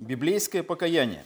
Библейское покаяние.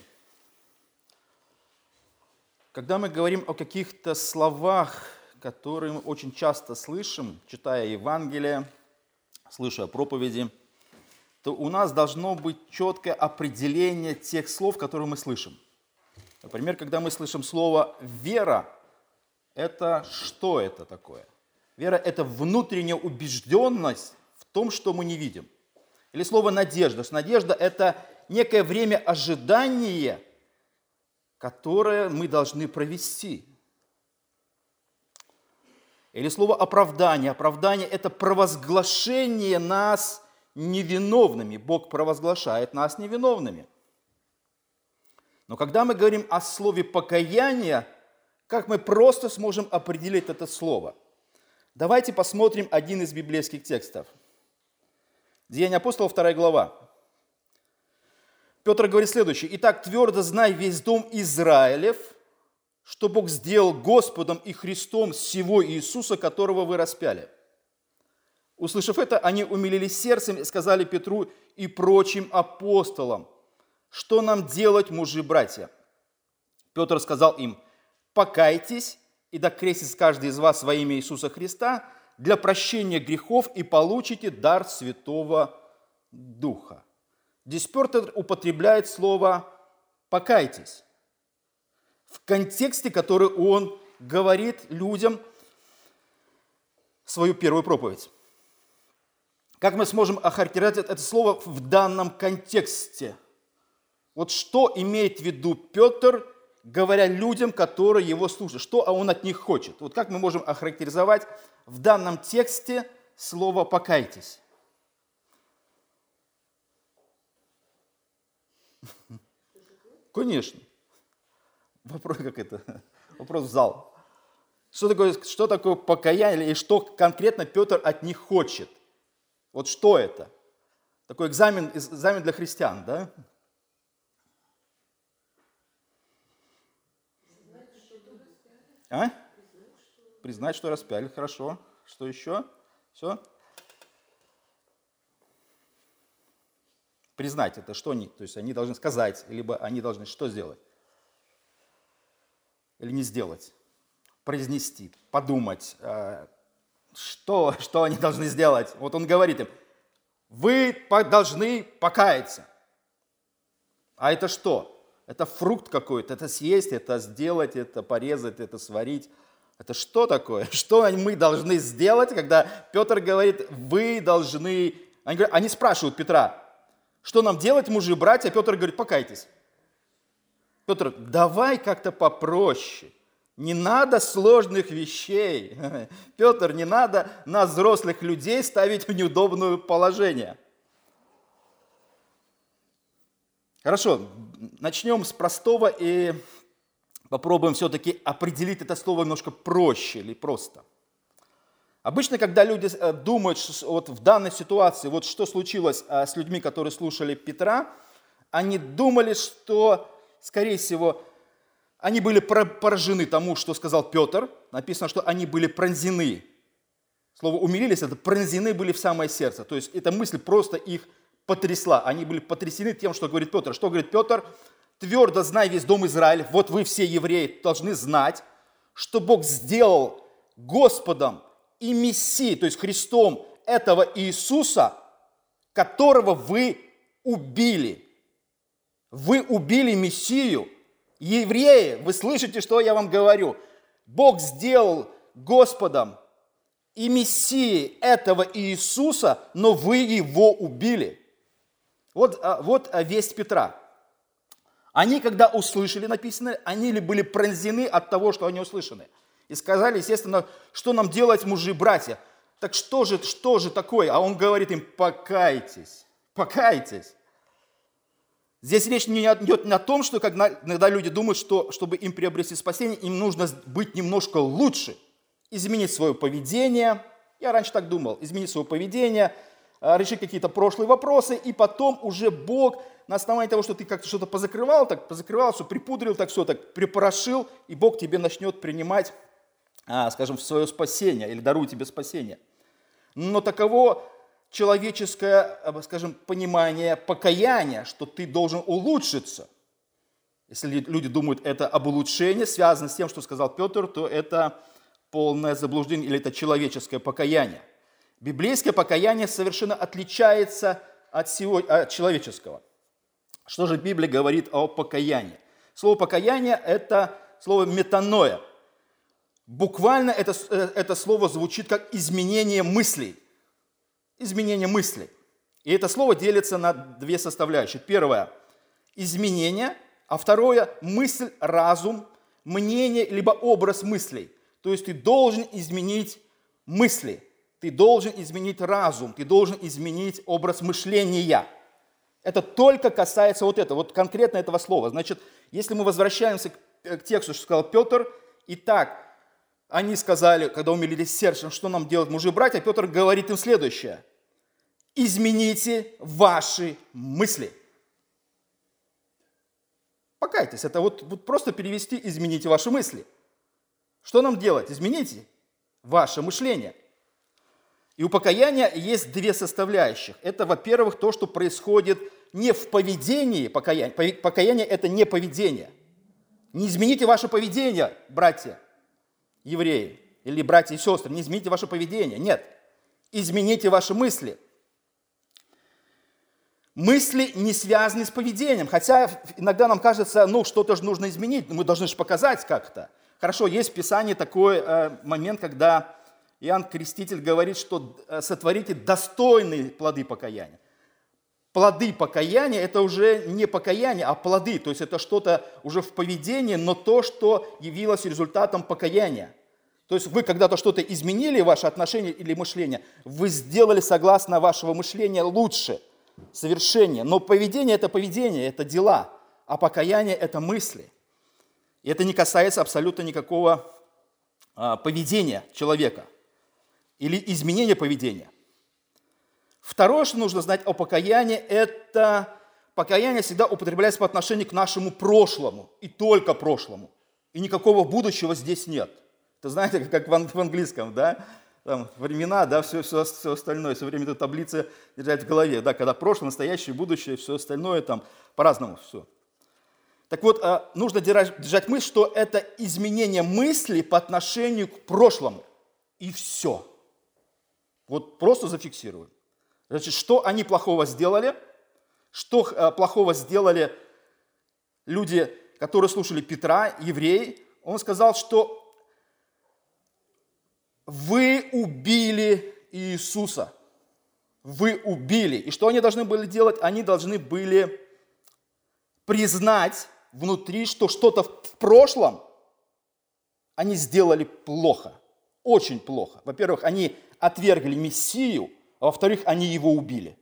Когда мы говорим о каких-то словах, которые мы очень часто слышим, читая Евангелие, слыша проповеди, то у нас должно быть четкое определение тех слов, которые мы слышим. Например, когда мы слышим слово «вера», это что это такое? Вера – это внутренняя убежденность в том, что мы не видим. Или слово «надежда». Надежда – это некое время ожидания, которое мы должны провести. Или слово «оправдание». Оправдание – это провозглашение нас невиновными. Бог провозглашает нас невиновными. Но когда мы говорим о слове «покаяние», как мы просто сможем определить это слово? Давайте посмотрим один из библейских текстов. Деяния апостолов, 2 глава. Петр говорит следующее. «Итак, твердо знай весь дом Израилев, что Бог сделал Господом и Христом сего Иисуса, которого вы распяли». Услышав это, они умилились сердцем и сказали Петру и прочим апостолам: «Что нам делать, мужи-братья?» Петр сказал им: «Покайтесь, и да крестится каждый из вас во имя Иисуса Христа для прощения грехов, и получите дар Святого Духа». Здесь Петр употребляет слово «покайтесь» в контексте, который он говорит людям свою первую проповедь. Как мы сможем охарактеризовать это слово в данном контексте? Вот что имеет в виду Петр, говоря людям, которые его слушают? Что он от них хочет? Вот как мы можем охарактеризовать в данном тексте слово «покайтесь»? Конечно. Вопрос как это? Вопрос в зал. Что такое покаяние и что конкретно Петр от них хочет? Вот что это? Такой экзамен для христиан, да? Признать, что распяли. Хорошо. Что еще? Все? Признать это что они? То есть они должны сказать, либо они должны что сделать? Или не сделать? Произнести, подумать. Что они должны сделать? Вот он говорит им: вы должны покаяться. А это что? Это фрукт какой-то, это съесть, это сделать, это порезать, это сварить. Это что такое? Что мы должны сделать, когда Петр говорит: вы должны... Они спрашивают Петра: что нам делать, мужи, братья? Петр говорит: покайтесь. Петр: давай как-то попроще. Не надо сложных вещей. Петр, не надо нас, взрослых людей, ставить в неудобное положение. Хорошо, начнем с простого и попробуем все-таки определить это слово немножко проще или просто. Обычно, когда люди думают, что вот в данной ситуации, вот что случилось с людьми, которые слушали Петра, они думали, что, скорее всего, они были поражены тому, что сказал Петр. Написано, что они были пронзены. Слово «умилились» – это пронзены были в самое сердце. То есть эта мысль просто их потрясла. Они были потрясены тем, что говорит Петр. Что говорит Петр? «Твердо знай весь дом Израилев». Вот вы все евреи должны знать, что Бог сделал Господом и Мессией, то есть Христом, этого Иисуса, которого вы убили. Вы убили Мессию. Евреи, вы слышите, что я вам говорю? Бог сделал Господом и Мессией этого Иисуса, но вы его убили. Вот весть Петра. Они, когда услышали, написано, они были пронзены от того, что они услышаны. И сказали, естественно, что нам делать, мужи, братья? Так что же такое? А он говорит им: покайтесь, покайтесь. Здесь речь не идет о том, что когда люди думают, что чтобы им приобрести спасение, им нужно быть немножко лучше, изменить свое поведение. Я раньше так думал: изменить свое поведение, решить какие-то прошлые вопросы, и потом уже Бог на основании того, что ты как-то что-то позакрывал, все припудрил, так все так припорошил, и Бог тебе начнет принимать, скажем, в свое спасение или дарует тебе спасение. Но таково человеческое, скажем, понимание покаяния, что ты должен улучшиться. Если люди думают, это об улучшении, связано с тем, что сказал Петр, то это полное заблуждение или это человеческое покаяние. Библейское покаяние совершенно отличается от человеческого. Что же Библия говорит о покаянии? Слово покаяние – это слово метаноя. Буквально это слово звучит как изменение мыслей. Изменение мыслей. И это слово делится на две составляющие. Первое – изменение, а второе – мысль, разум, мнение, либо образ мыслей. То есть ты должен изменить мысли, ты должен изменить разум, ты должен изменить образ мышления. Это только касается вот конкретно этого слова. Значит, если мы возвращаемся к тексту, что сказал Петр, итак, они сказали, когда умилились сердцем, что нам делать, мужи и братья, Петр говорит им следующее. Измените ваши мысли. Покайтесь, это вот просто перевести, измените ваши мысли. Что нам делать? Измените ваше мышление. И у покаяния есть две составляющих. Это, во-первых, то, что происходит не в поведении покаяния. Покаяние – это не поведение. Не измените ваше поведение, братья, евреи, или братья и сестры, не измените ваше поведение. Нет, измените ваши мысли. Мысли не связаны с поведением, хотя иногда нам кажется, что-то же нужно изменить, мы должны же показать как-то. Хорошо, есть в Писании такой момент, когда Иоанн Креститель говорит, что сотворите достойные плоды покаяния. Плоды покаяния – это уже не покаяние, а плоды, то есть это что-то уже в поведении, но то, что явилось результатом покаяния. То есть вы когда-то что-то изменили, ваше отношение или мышление, вы сделали согласно вашего мышления лучше, совершеннее. Но поведение – это дела, а покаяние – это мысли. И это не касается абсолютно никакого поведения человека или изменения поведения. Второе, что нужно знать о покаянии, это покаяние всегда употребляется по отношению к нашему прошлому, и только прошлому. И никакого будущего здесь нет. Это знаете, как в английском, да? Там времена, да, все остальное, все время эту таблицу держать в голове, да, когда прошлое, настоящее, будущее, все остальное там по-разному все. Так вот, нужно держать мысль, что это изменение мысли по отношению к прошлому. И все. Вот просто зафиксируем. Значит, что они плохого сделали? Что плохого сделали люди, которые слушали Петра, евреи? Он сказал, что вы убили Иисуса. Вы убили. И что они должны были делать? Они должны были признать внутри, что что-то в прошлом они сделали плохо. Очень плохо. Во-первых, они отвергли Мессию, а во-вторых, они его убили.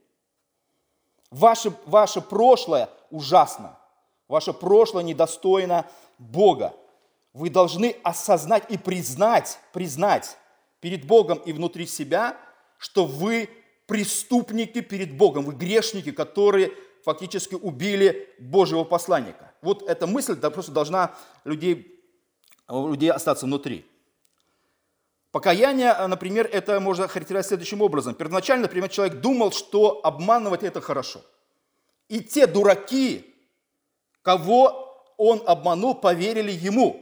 Ваше прошлое ужасно. Ваше прошлое недостойно Бога. Вы должны осознать и признать перед Богом и внутри себя, что вы преступники перед Богом, вы грешники, которые фактически убили Божьего посланника. Вот эта мысль просто должна у людей остаться внутри. Покаяние, например, это можно характеризовать следующим образом. Первоначально, например, человек думал, что обманывать это хорошо. И те дураки, кого он обманул, поверили ему.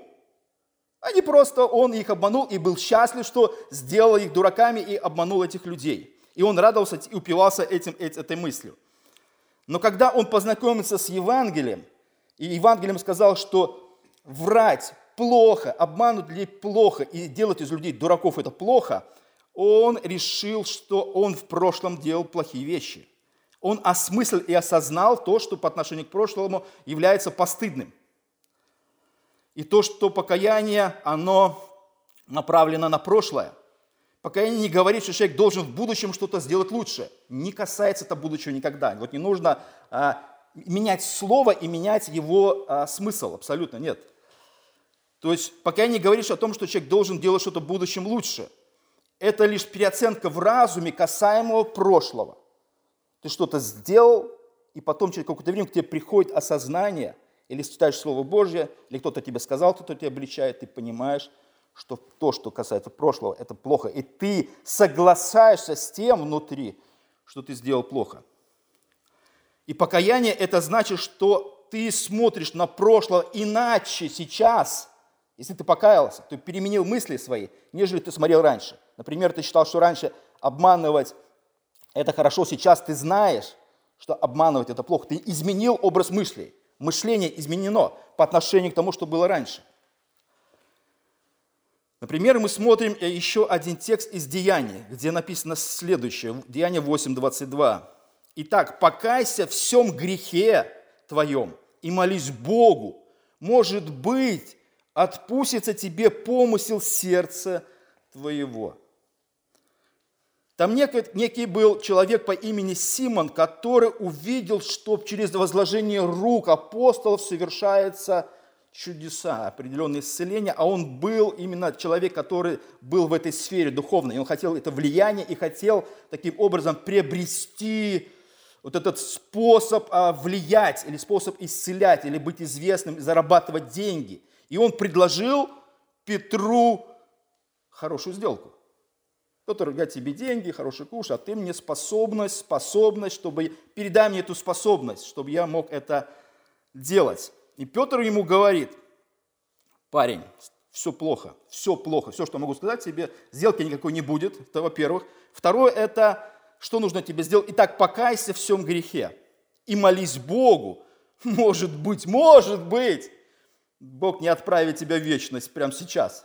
Он их обманул и был счастлив, что сделал их дураками и обманул этих людей. И он радовался и упивался этой мыслью. Но когда он познакомился с Евангелием, и Евангелием сказал, что врать плохо, обмануть людей плохо, и делать из людей дураков это плохо, он решил, что он в прошлом делал плохие вещи. Он осмыслил и осознал то, что по отношению к прошлому является постыдным. И то, что покаяние, оно направлено на прошлое. Покаяние не говорит, что человек должен в будущем что-то сделать лучше. Не касается это будущего никогда. Вот не нужно менять слово и менять его смысл. Абсолютно нет. То есть покаяние говорит о том, что человек должен делать что-то в будущем лучше. Это лишь переоценка в разуме касаемого прошлого. Ты что-то сделал, и потом через какое-то время к тебе приходит осознание, или читаешь Слово Божье, или кто-то тебе сказал, кто-то тебя обличает, ты понимаешь, что то, что касается прошлого, это плохо. И ты соглашаешься с тем внутри, что ты сделал плохо. И покаяние – это значит, что ты смотришь на прошлое иначе сейчас. Если ты покаялся, ты переменил мысли свои, нежели ты смотрел раньше. Например, ты считал, что раньше обманывать – это хорошо, сейчас ты знаешь, что обманывать – это плохо. Ты изменил образ мыслей. Мышление изменено по отношению к тому, что было раньше. Например, мы смотрим еще один текст из Деяний, где написано следующее. Деяние 8:22. «Итак, покайся в всем грехе твоем и молись Богу. Может быть, отпустится тебе помысел сердца твоего». Там некий был человек по имени Симон, который увидел, что через возложение рук апостолов совершается чудеса, определенные исцеления, а он был именно человек, который был в этой сфере духовной. И он хотел это влияние и хотел таким образом приобрести вот этот способ влиять, или способ исцелять, или быть известным, зарабатывать деньги. И он предложил Петру хорошую сделку. Петр, я тебе деньги, хороший куш, а ты мне способность, чтобы передай мне эту способность, чтобы я мог это делать. И Петр ему говорит: парень, все плохо, все, что могу сказать тебе, сделки никакой не будет, это во-первых. Второе, это что нужно тебе сделать? Итак, покайся в всем грехе и молись Богу. Может быть, Бог не отправит тебя в вечность прямо сейчас.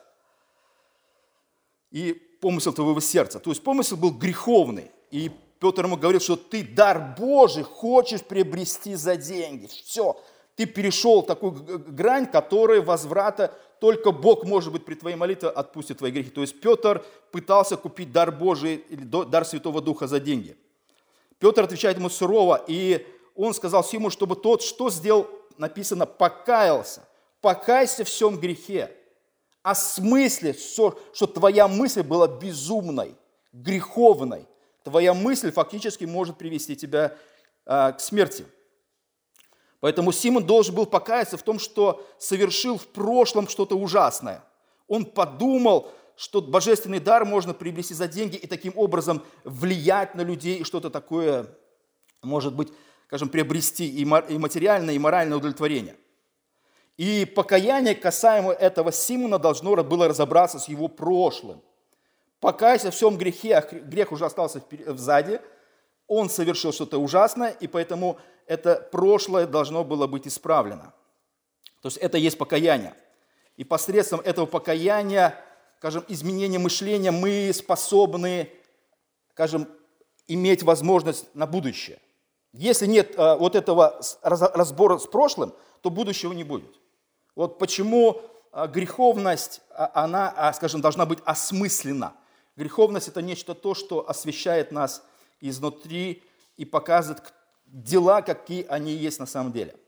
И помысел твоего сердца. То есть помысел был греховный. И Петр ему говорит, что ты дар Божий хочешь приобрести за деньги. Все, ты перешел такую грань, которой возврата только Бог, может быть, при твоей молитве отпустит твои грехи. То есть Петр пытался купить дар Божий или дар Святого Духа за деньги. Петр отвечает ему сурово, и он сказал Симону, чтобы тот, что сделал, написано, покаялся. Покайся в всем грехе. Осмысли, что твоя мысль была безумной, греховной. Твоя мысль фактически может привести тебя к смерти. Поэтому Симон должен был покаяться в том, что совершил в прошлом что-то ужасное. Он подумал, что божественный дар можно приобрести за деньги и таким образом влиять на людей и что-то такое, может быть, скажем, приобрести и материальное, и моральное удовлетворение. И покаяние касаемо этого Симона должно было разобраться с его прошлым. Покайся в всем грехе, а грех уже остался сзади, он совершил что-то ужасное, и поэтому это прошлое должно было быть исправлено. То есть это есть покаяние. И посредством этого покаяния, скажем, изменения мышления мы способны, скажем, иметь возможность на будущее. Если нет вот этого разбора с прошлым, то будущего не будет. Вот почему греховность, она, скажем, должна быть осмыслена. Греховность – это нечто то, что освещает нас изнутри и показывает дела, какие они есть на самом деле.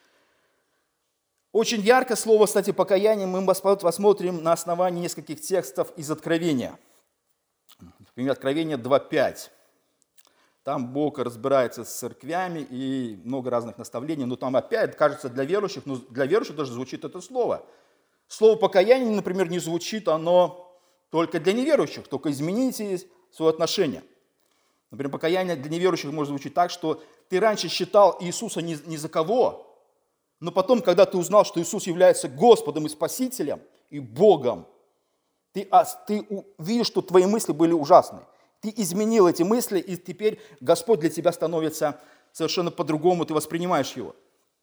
Очень ярко слово, кстати, покаяние мы посмотрим на основании нескольких текстов из Откровения. Например, Откровение 2:5. Там Бог разбирается с церквями и много разных наставлений, но там опять, кажется, для верующих даже звучит это слово. Слово покаяние, например, не звучит, оно только для неверующих, только измените свое отношение. Например, покаяние для неверующих может звучить так, что ты раньше считал Иисуса ни за кого, но потом, когда ты узнал, что Иисус является Господом и Спасителем и Богом, ты увидишь, что твои мысли были ужасные. Ты изменил эти мысли, и теперь Господь для тебя становится совершенно по-другому, ты воспринимаешь Его.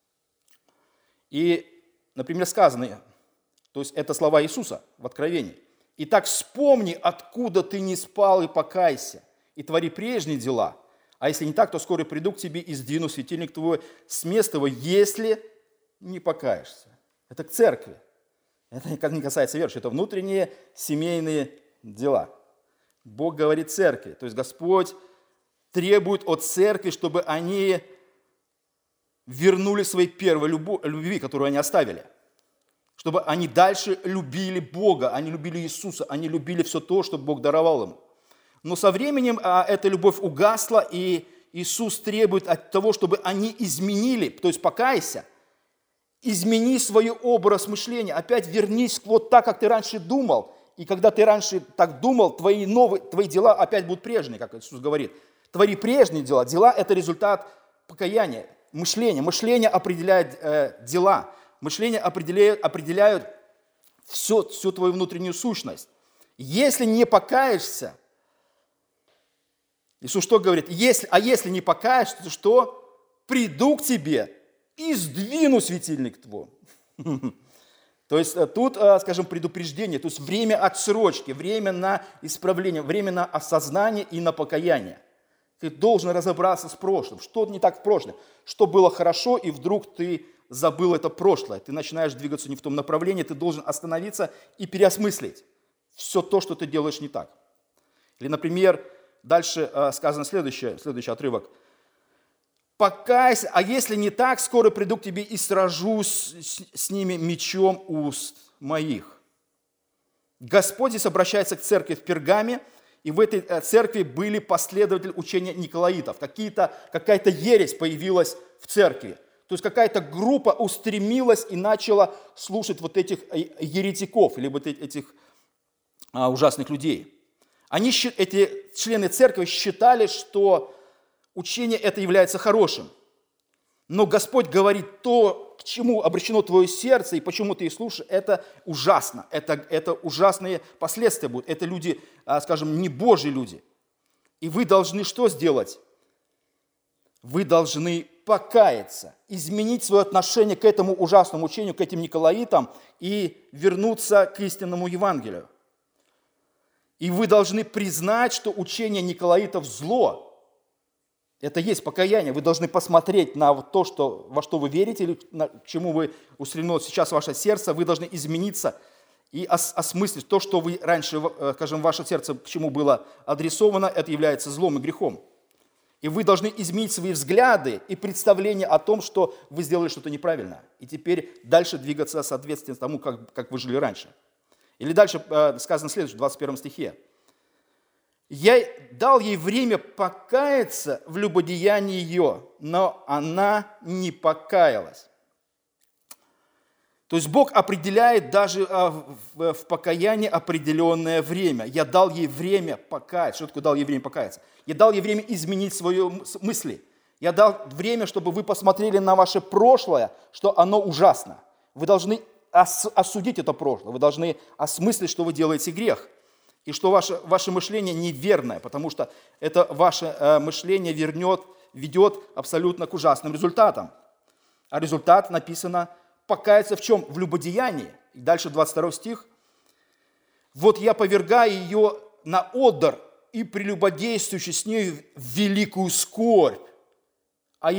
И, например, сказано, то есть это слова Иисуса в Откровении. «Итак, вспомни, откуда ты не спал, и покайся, и твори прежние дела. А если не так, то скоро приду к тебе и сдвину светильник твой с места его, если не покаешься». Это к церкви. Это не касается верующих, это внутренние семейные дела. Бог говорит церкви, то есть Господь требует от церкви, чтобы они вернули своей первой любви, которую они оставили. Чтобы они дальше любили Бога, они любили Иисуса, они любили все то, что Бог даровал им. Но со временем эта любовь угасла, и Иисус требует от того, чтобы они изменили, то есть покайся, измени свой образ мышления, опять вернись вот так, как ты раньше думал. И когда ты раньше так думал, твои дела опять будут прежние, как Иисус говорит. Твори прежние дела. Дела – это результат покаяния, мышления. Мышление определяет дела. Мышление определяют всю твою внутреннюю сущность. Если не покаешься, Иисус что говорит? Если не покаешься, то что? Приду к тебе и сдвину светильник твой. То есть тут, скажем, предупреждение, то есть время отсрочки, время на исправление, время на осознание и на покаяние. Ты должен разобраться с прошлым. Что не так в прошлом? Что было хорошо, и вдруг ты забыл это прошлое. Ты начинаешь двигаться не в том направлении, ты должен остановиться и переосмыслить все то, что ты делаешь не так. Или, например, дальше сказано следующий отрывок. «Покайся, а если не так, скоро приду к тебе и сражусь с ними мечом уст моих». Господь здесь обращается к церкви в Пергаме, и в этой церкви были последователи учения николаитов. Какая-то ересь появилась в церкви. То есть какая-то группа устремилась и начала слушать вот этих еретиков, или вот этих ужасных людей. Эти члены церкви считали, что учение это является хорошим. Но Господь говорит, то, к чему обращено твое сердце и почему ты их слушаешь, это ужасно. Это ужасные последствия будут. Это люди, скажем, не Божьи люди. И вы должны что сделать? Вы должны покаяться, изменить свое отношение к этому ужасному учению, к этим николаитам и вернуться к истинному Евангелию. И вы должны признать, что учение николаитов зло. Это есть покаяние. Вы должны посмотреть на то, во что вы верите, или к чему вы устремлено сейчас ваше сердце. Вы должны измениться и осмыслить то, что вы раньше, скажем, ваше сердце к чему было адресовано, это является злом и грехом. И вы должны изменить свои взгляды и представления о том, что вы сделали что-то неправильно. И теперь дальше двигаться соответственно тому, как вы жили раньше. Или дальше сказано следующее, в 21 стихе. «Я дал ей время покаяться в любодеянии ее, но она не покаялась». То есть Бог определяет даже в покаянии определенное время. Я дал ей время покаяться. Что такое дал ей время покаяться? Я дал ей время изменить свои мысли. Я дал время, чтобы вы посмотрели на ваше прошлое, что оно ужасно. Вы должны осудить это прошлое. Вы должны осмыслить, что вы делаете грех. И что ваше мышление неверное, потому что это ваше мышление ведет абсолютно к ужасным результатам. А результат написано покаяться в чем? В любодеянии. И дальше 22 стих. «Вот я повергаю ее на одр и прелюбодействующий с нею в великую скорбь, а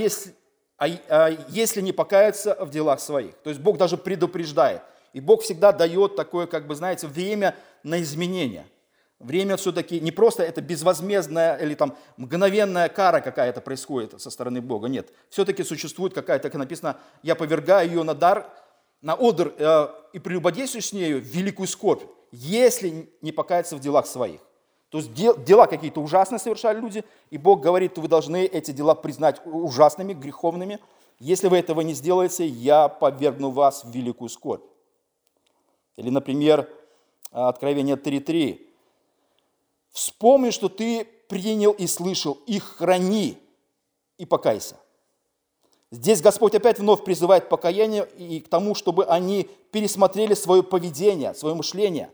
если не покаяться в делах своих». То есть Бог даже предупреждает. И Бог всегда дает такое, знаете, время на изменения. Время все-таки не просто это безвозмездная или там мгновенная кара какая-то происходит со стороны Бога. Нет, все-таки существует какая-то, как написано, «Я повергаю ее на одр и прелюбодействую с нею в великую скорбь, если не покаяться в делах своих». То есть дела какие-то ужасные совершали люди, и Бог говорит, вы должны эти дела признать ужасными, греховными. Если вы этого не сделаете, я повергну вас в великую скорбь. Или, например, Откровение 3:3. «Вспомни, что ты принял и слышал, и храни, и покайся». Здесь Господь опять вновь призывает к покаянию и к тому, чтобы они пересмотрели свое поведение, свое мышление.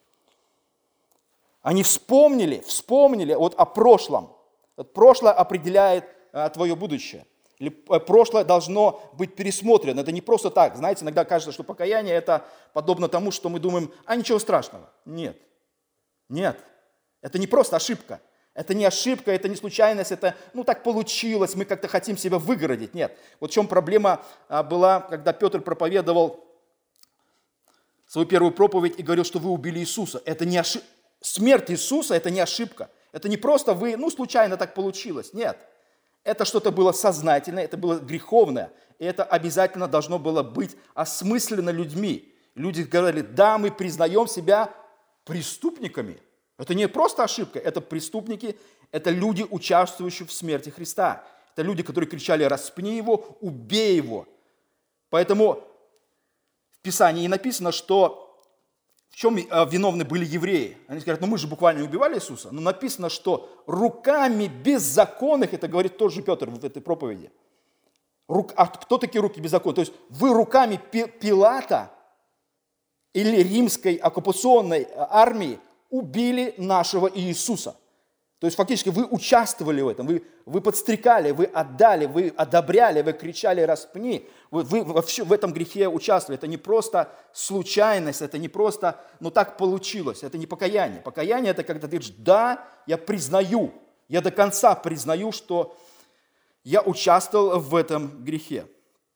Они вспомнили о прошлом. Прошлое определяет твое будущее. Или прошлое должно быть пересмотрено. Это не просто так. Знаете, иногда кажется, что покаяние это подобно тому, что мы думаем, ничего страшного. Нет. Это не просто ошибка. Это не ошибка, это не случайность, это, так получилось, мы как-то хотим себя выгородить. Нет. Вот в чем проблема была, когда Петр проповедовал свою первую проповедь и говорил, что вы убили Иисуса. Это не ошибка. Смерть Иисуса – это не ошибка. Это не просто вы, случайно так получилось. Нет. Это что-то было сознательное, это было греховное. И это обязательно должно было быть осмысленно людьми. Люди говорили, да, мы признаем себя преступниками. Это не просто ошибка, это преступники, это люди, участвующие в смерти Христа. Это люди, которые кричали, распни его, убей его. Поэтому в Писании написано, что В чем виновны были евреи? Они говорят, ну мы же буквально убивали Иисуса. Но написано, что руками беззаконных, это говорит тот же Петр в этой проповеди. А кто такие руки беззаконные? То есть вы руками Пилата или римской оккупационной армии убили нашего Иисуса. То есть фактически вы участвовали в этом, вы подстрекали, вы отдали, вы одобряли, вы кричали «распни». Вы в этом грехе участвовали. Это не просто случайность, это не просто, ну так получилось, это не покаяние. Покаяние – это когда ты говоришь, да, я признаю, я до конца признаю, что я участвовал в этом грехе.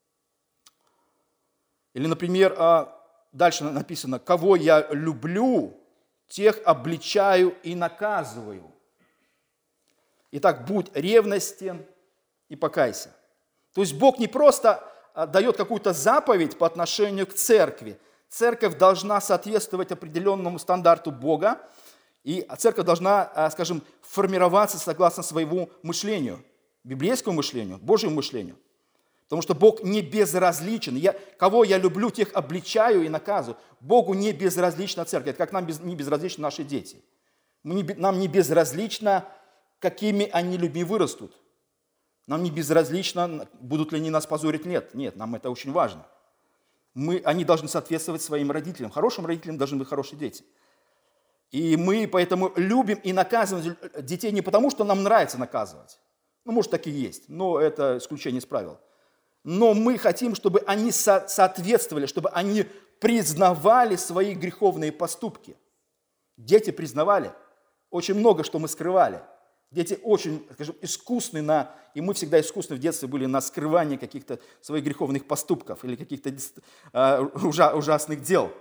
Или, например, дальше написано, кого я люблю, тех обличаю и наказываю. Итак, будь ревностен и покайся. То есть Бог не просто дает какую-то заповедь по отношению к церкви. Церковь должна соответствовать определенному стандарту Бога, и церковь должна, скажем, формироваться согласно своему мышлению, библейскому мышлению, Божьему мышлению. Потому что Бог не безразличен. Кого я люблю, тех обличаю и наказываю. Богу не безразлична церковь. Это как нам не безразличны наши дети. Нам не безразлично, какими они людьми вырастут. Нам не безразлично, будут ли они нас позорить. Нет, нам это очень важно. Они должны соответствовать своим родителям. Хорошим родителям должны быть хорошие дети. И мы поэтому любим и наказываем детей не потому, что нам нравится наказывать. Ну, может, так и есть, но это исключение из правил. Но мы хотим, чтобы они соответствовали, чтобы они признавали свои греховные поступки. Дети признавали. Очень много, что мы скрывали. Дети очень, скажем, искусны и мы всегда искусны в детстве были на скрывании каких-то своих греховных поступков или каких-то ужасных дел.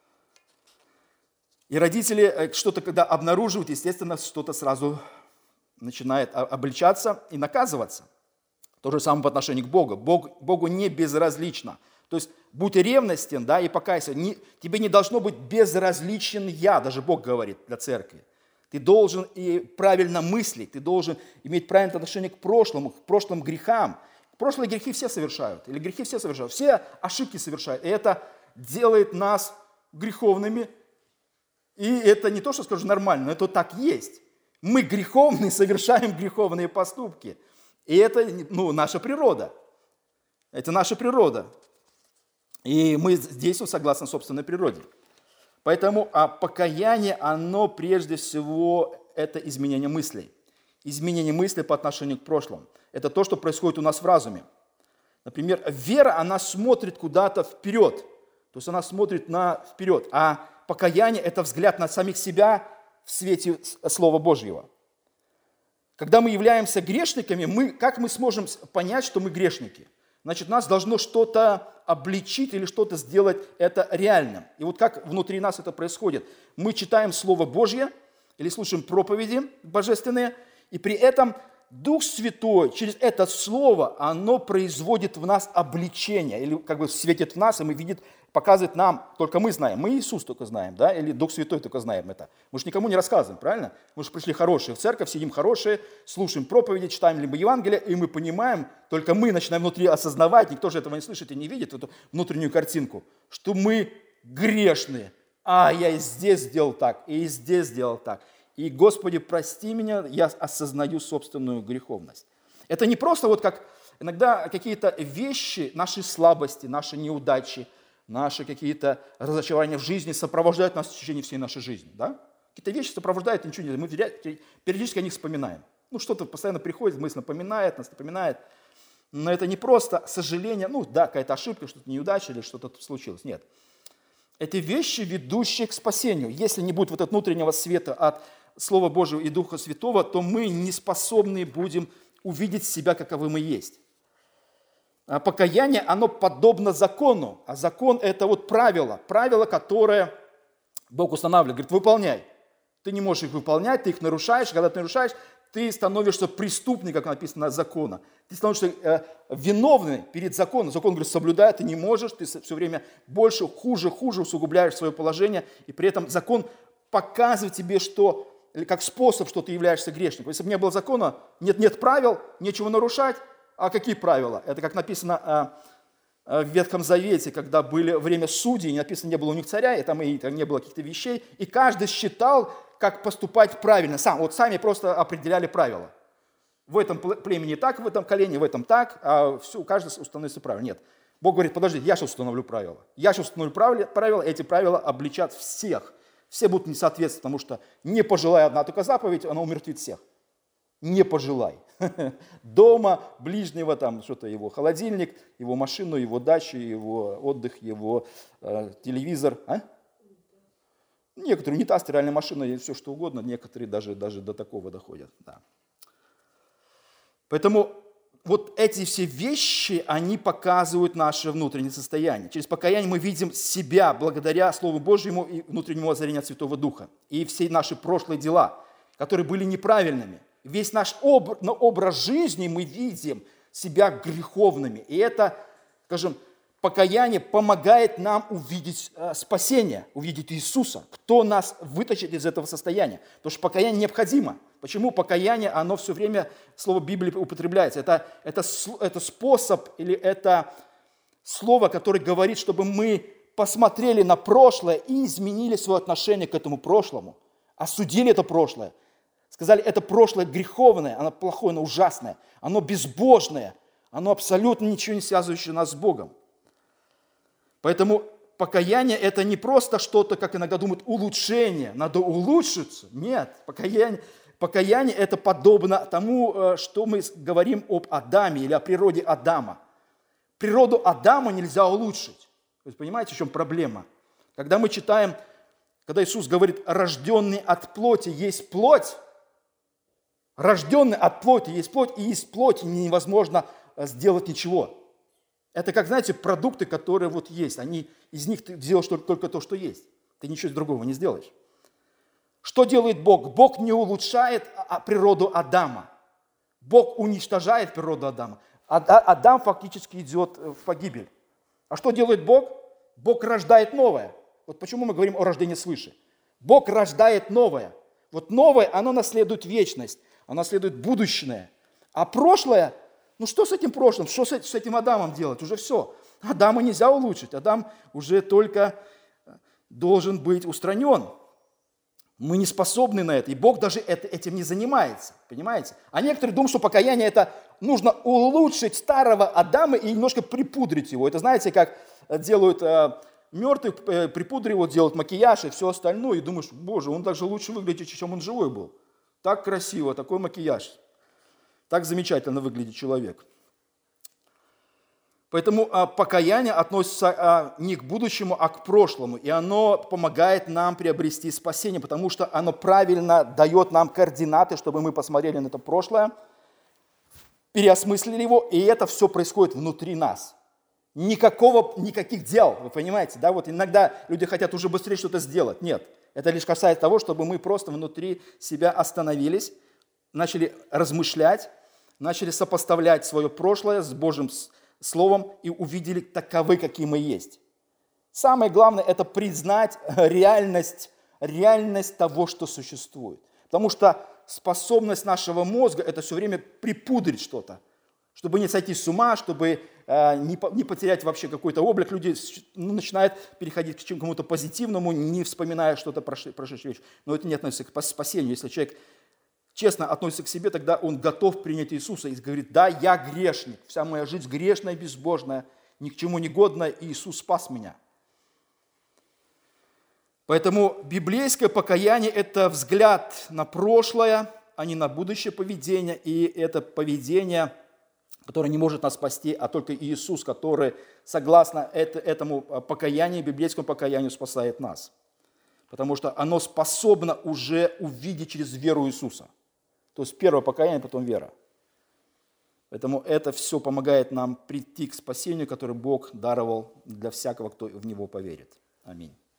И родители что-то, когда обнаруживают, естественно, что-то сразу начинает обличаться и наказываться. То же самое по отношению к Богу. Богу не безразлично. То есть будь ревностен, да, и покайся. Тебе не должно быть безразличен я, даже Бог говорит для церкви. Ты должен и правильно мыслить, ты должен иметь правильное отношение к прошлым грехам. Прошлые грехи все совершают, или грехи все совершают, все ошибки совершают. И это делает нас греховными. И это не то, что скажу нормально, но это так есть. Мы греховные, совершаем греховные поступки. И это наша природа. Это наша природа. И мы действуем согласно собственной природе. Поэтому покаяние, оно прежде всего, это изменение мыслей. Изменение мыслей по отношению к прошлому. Это то, что происходит у нас в разуме. Например, вера, она смотрит куда-то вперед. То есть она смотрит вперед. А покаяние – это взгляд на самих себя в свете Слова Божьего. Когда мы являемся грешниками, как мы сможем понять, что мы грешники? Значит, нас должно что-то обличить или что-то сделать это реальным. И вот как внутри нас это происходит? Мы читаем Слово Божье или слушаем проповеди божественные, и при этом Дух Святой через это Слово, оно производит в нас обличение, или как бы светит в нас, и мы показывает нам, только мы знаем, мы Иисус только знаем, да, или Дух Святой только знаем это. Мы же никому не рассказываем, правильно? Мы же пришли хорошие в церковь, сидим хорошие, слушаем проповеди, читаем либо Евангелие, и мы понимаем, только мы начинаем внутри осознавать, никто же этого не слышит и не видит, эту внутреннюю картинку, что мы грешные. Я и здесь сделал так, и здесь сделал так. И, Господи, прости меня, я осознаю собственную греховность. Это не просто вот как иногда какие-то вещи, наши слабости, наши неудачи, наши какие-то разочарования в жизни сопровождают нас в течение всей нашей жизни. Да? Какие-то вещи сопровождают, ничего не... Мы периодически о них вспоминаем. Что-то постоянно приходит, мысль нас напоминает. Но это не просто сожаление, какая-то ошибка, что-то неудача или что-то случилось. Нет. Это вещи, ведущие к спасению. Если не будет вот этого внутреннего света от Слова Божьего и Духа Святого, то мы не способны будем увидеть себя, каковы мы есть. Покаяние, оно подобно закону, а закон – это вот правило, которое Бог устанавливает, говорит, выполняй. Ты не можешь их выполнять, ты их нарушаешь, когда ты нарушаешь, ты становишься преступником, как написано, закона. Ты становишься виновным перед законом. Закон, говорит, соблюдай, ты не можешь, ты все время больше, хуже усугубляешь свое положение, и при этом закон показывает тебе, что, как способ, что ты являешься грешником. Если бы не было закона, нет правил, нечего нарушать. А какие правила? Это как написано в Ветхом Завете, когда были время судей, написано, не было у них царя, и там не было каких-то вещей, и каждый считал, как поступать правильно. Сами просто определяли правила. В этом племени так, в этом колене, в этом так, а все, каждый установится правильно. Нет. Бог говорит, подожди, я сейчас установлю правила. Я сейчас установлю правила, эти правила обличат всех. Все будут не соответствовать, потому что не пожелай одна только заповедь, она умертвит всех. Не пожелай. Дома, ближнего, там что-то его холодильник, его машину, его дачу, его отдых, его телевизор. Некоторые унитаз, стиральная машина, и все что угодно, некоторые даже до такого доходят. Да. Поэтому вот эти все вещи, они показывают наше внутреннее состояние. Через покаяние мы видим себя благодаря Слову Божьему и внутреннему озарению от Святого Духа. И все наши прошлые дела, которые были неправильными. Весь наш образ жизни мы видим себя греховными. И это, скажем, покаяние помогает нам увидеть спасение, увидеть Иисуса, кто нас вытащит из этого состояния. Потому что покаяние необходимо. Почему покаяние, оно все время, слово Библии употребляется? Это способ или это слово, которое говорит, чтобы мы посмотрели на прошлое и изменили свое отношение к этому прошлому, осудили это прошлое, сказали, это прошлое греховное, оно плохое, оно ужасное, оно безбожное, оно абсолютно ничего не связывающее нас с Богом. Поэтому покаяние – это не просто что-то, как иногда думают, улучшение, надо улучшиться. Нет, покаяние – это подобно тому, что мы говорим об Адаме или о природе Адама. Природу Адама нельзя улучшить. Вы понимаете, в чем проблема? Когда мы читаем, когда Иисус говорит, рожденный от плоти есть плоть, рожденный от плоти есть плоть, и из плоти невозможно сделать ничего. Это как, знаете, продукты, которые вот есть. Из них ты делаешь только то, что есть. Ты ничего другого не сделаешь. Что делает Бог? Бог не улучшает природу Адама. Бог уничтожает природу Адама. Адам фактически идет в погибель. А что делает Бог? Бог рождает новое. Вот почему мы говорим о рождении свыше. Бог рождает новое. Вот новое, оно наследует вечность, оно наследует будущее. А прошлое, что с этим прошлым, что с этим Адамом делать? Уже все. Адама нельзя улучшить. Адам уже только должен быть устранен. Мы не способны на это, и Бог даже этим не занимается, понимаете? А некоторые думают, что покаяние – это нужно улучшить старого Адама и немножко припудрить его. Это знаете, как делают мертвых, припудривают, делают макияж и все остальное, и думаешь, боже, он даже лучше выглядит, чем он живой был. Так красиво, такой макияж, так замечательно выглядит человек. Поэтому покаяние относится не к будущему, а к прошлому. И оно помогает нам приобрести спасение, потому что оно правильно дает нам координаты, чтобы мы посмотрели на это прошлое, переосмыслили его, и это все происходит внутри нас. Никаких дел, вы понимаете, да? Вот иногда люди хотят уже быстрее что-то сделать. Нет, это лишь касается того, чтобы мы просто внутри себя остановились, начали размышлять, начали сопоставлять свое прошлое с Божьим Словом и увидели таковы, какие мы есть. Самое главное – это признать реальность того, что существует. Потому что способность нашего мозга – это все время припудрить что-то, чтобы не сойти с ума, чтобы не потерять вообще какой-то облик. Люди начинают переходить к чему-то позитивному, не вспоминая что-то прошедшее вещь. Но это не относится к спасению. Если человек честно относится к себе, тогда он готов принять Иисуса и говорит, да, я грешник, вся моя жизнь грешная, безбожная, ни к чему не годная, и Иисус спас меня. Поэтому библейское покаяние – это взгляд на прошлое, а не на будущее поведение, и это поведение, которое не может нас спасти, а только Иисус, который, согласно этому покаянию, библейскому покаянию, спасает нас. Потому что оно способно уже увидеть через веру Иисуса. То есть первое покаяние, потом вера. Поэтому это все помогает нам прийти к спасению, которое Бог даровал для всякого, кто в Него поверит. Аминь.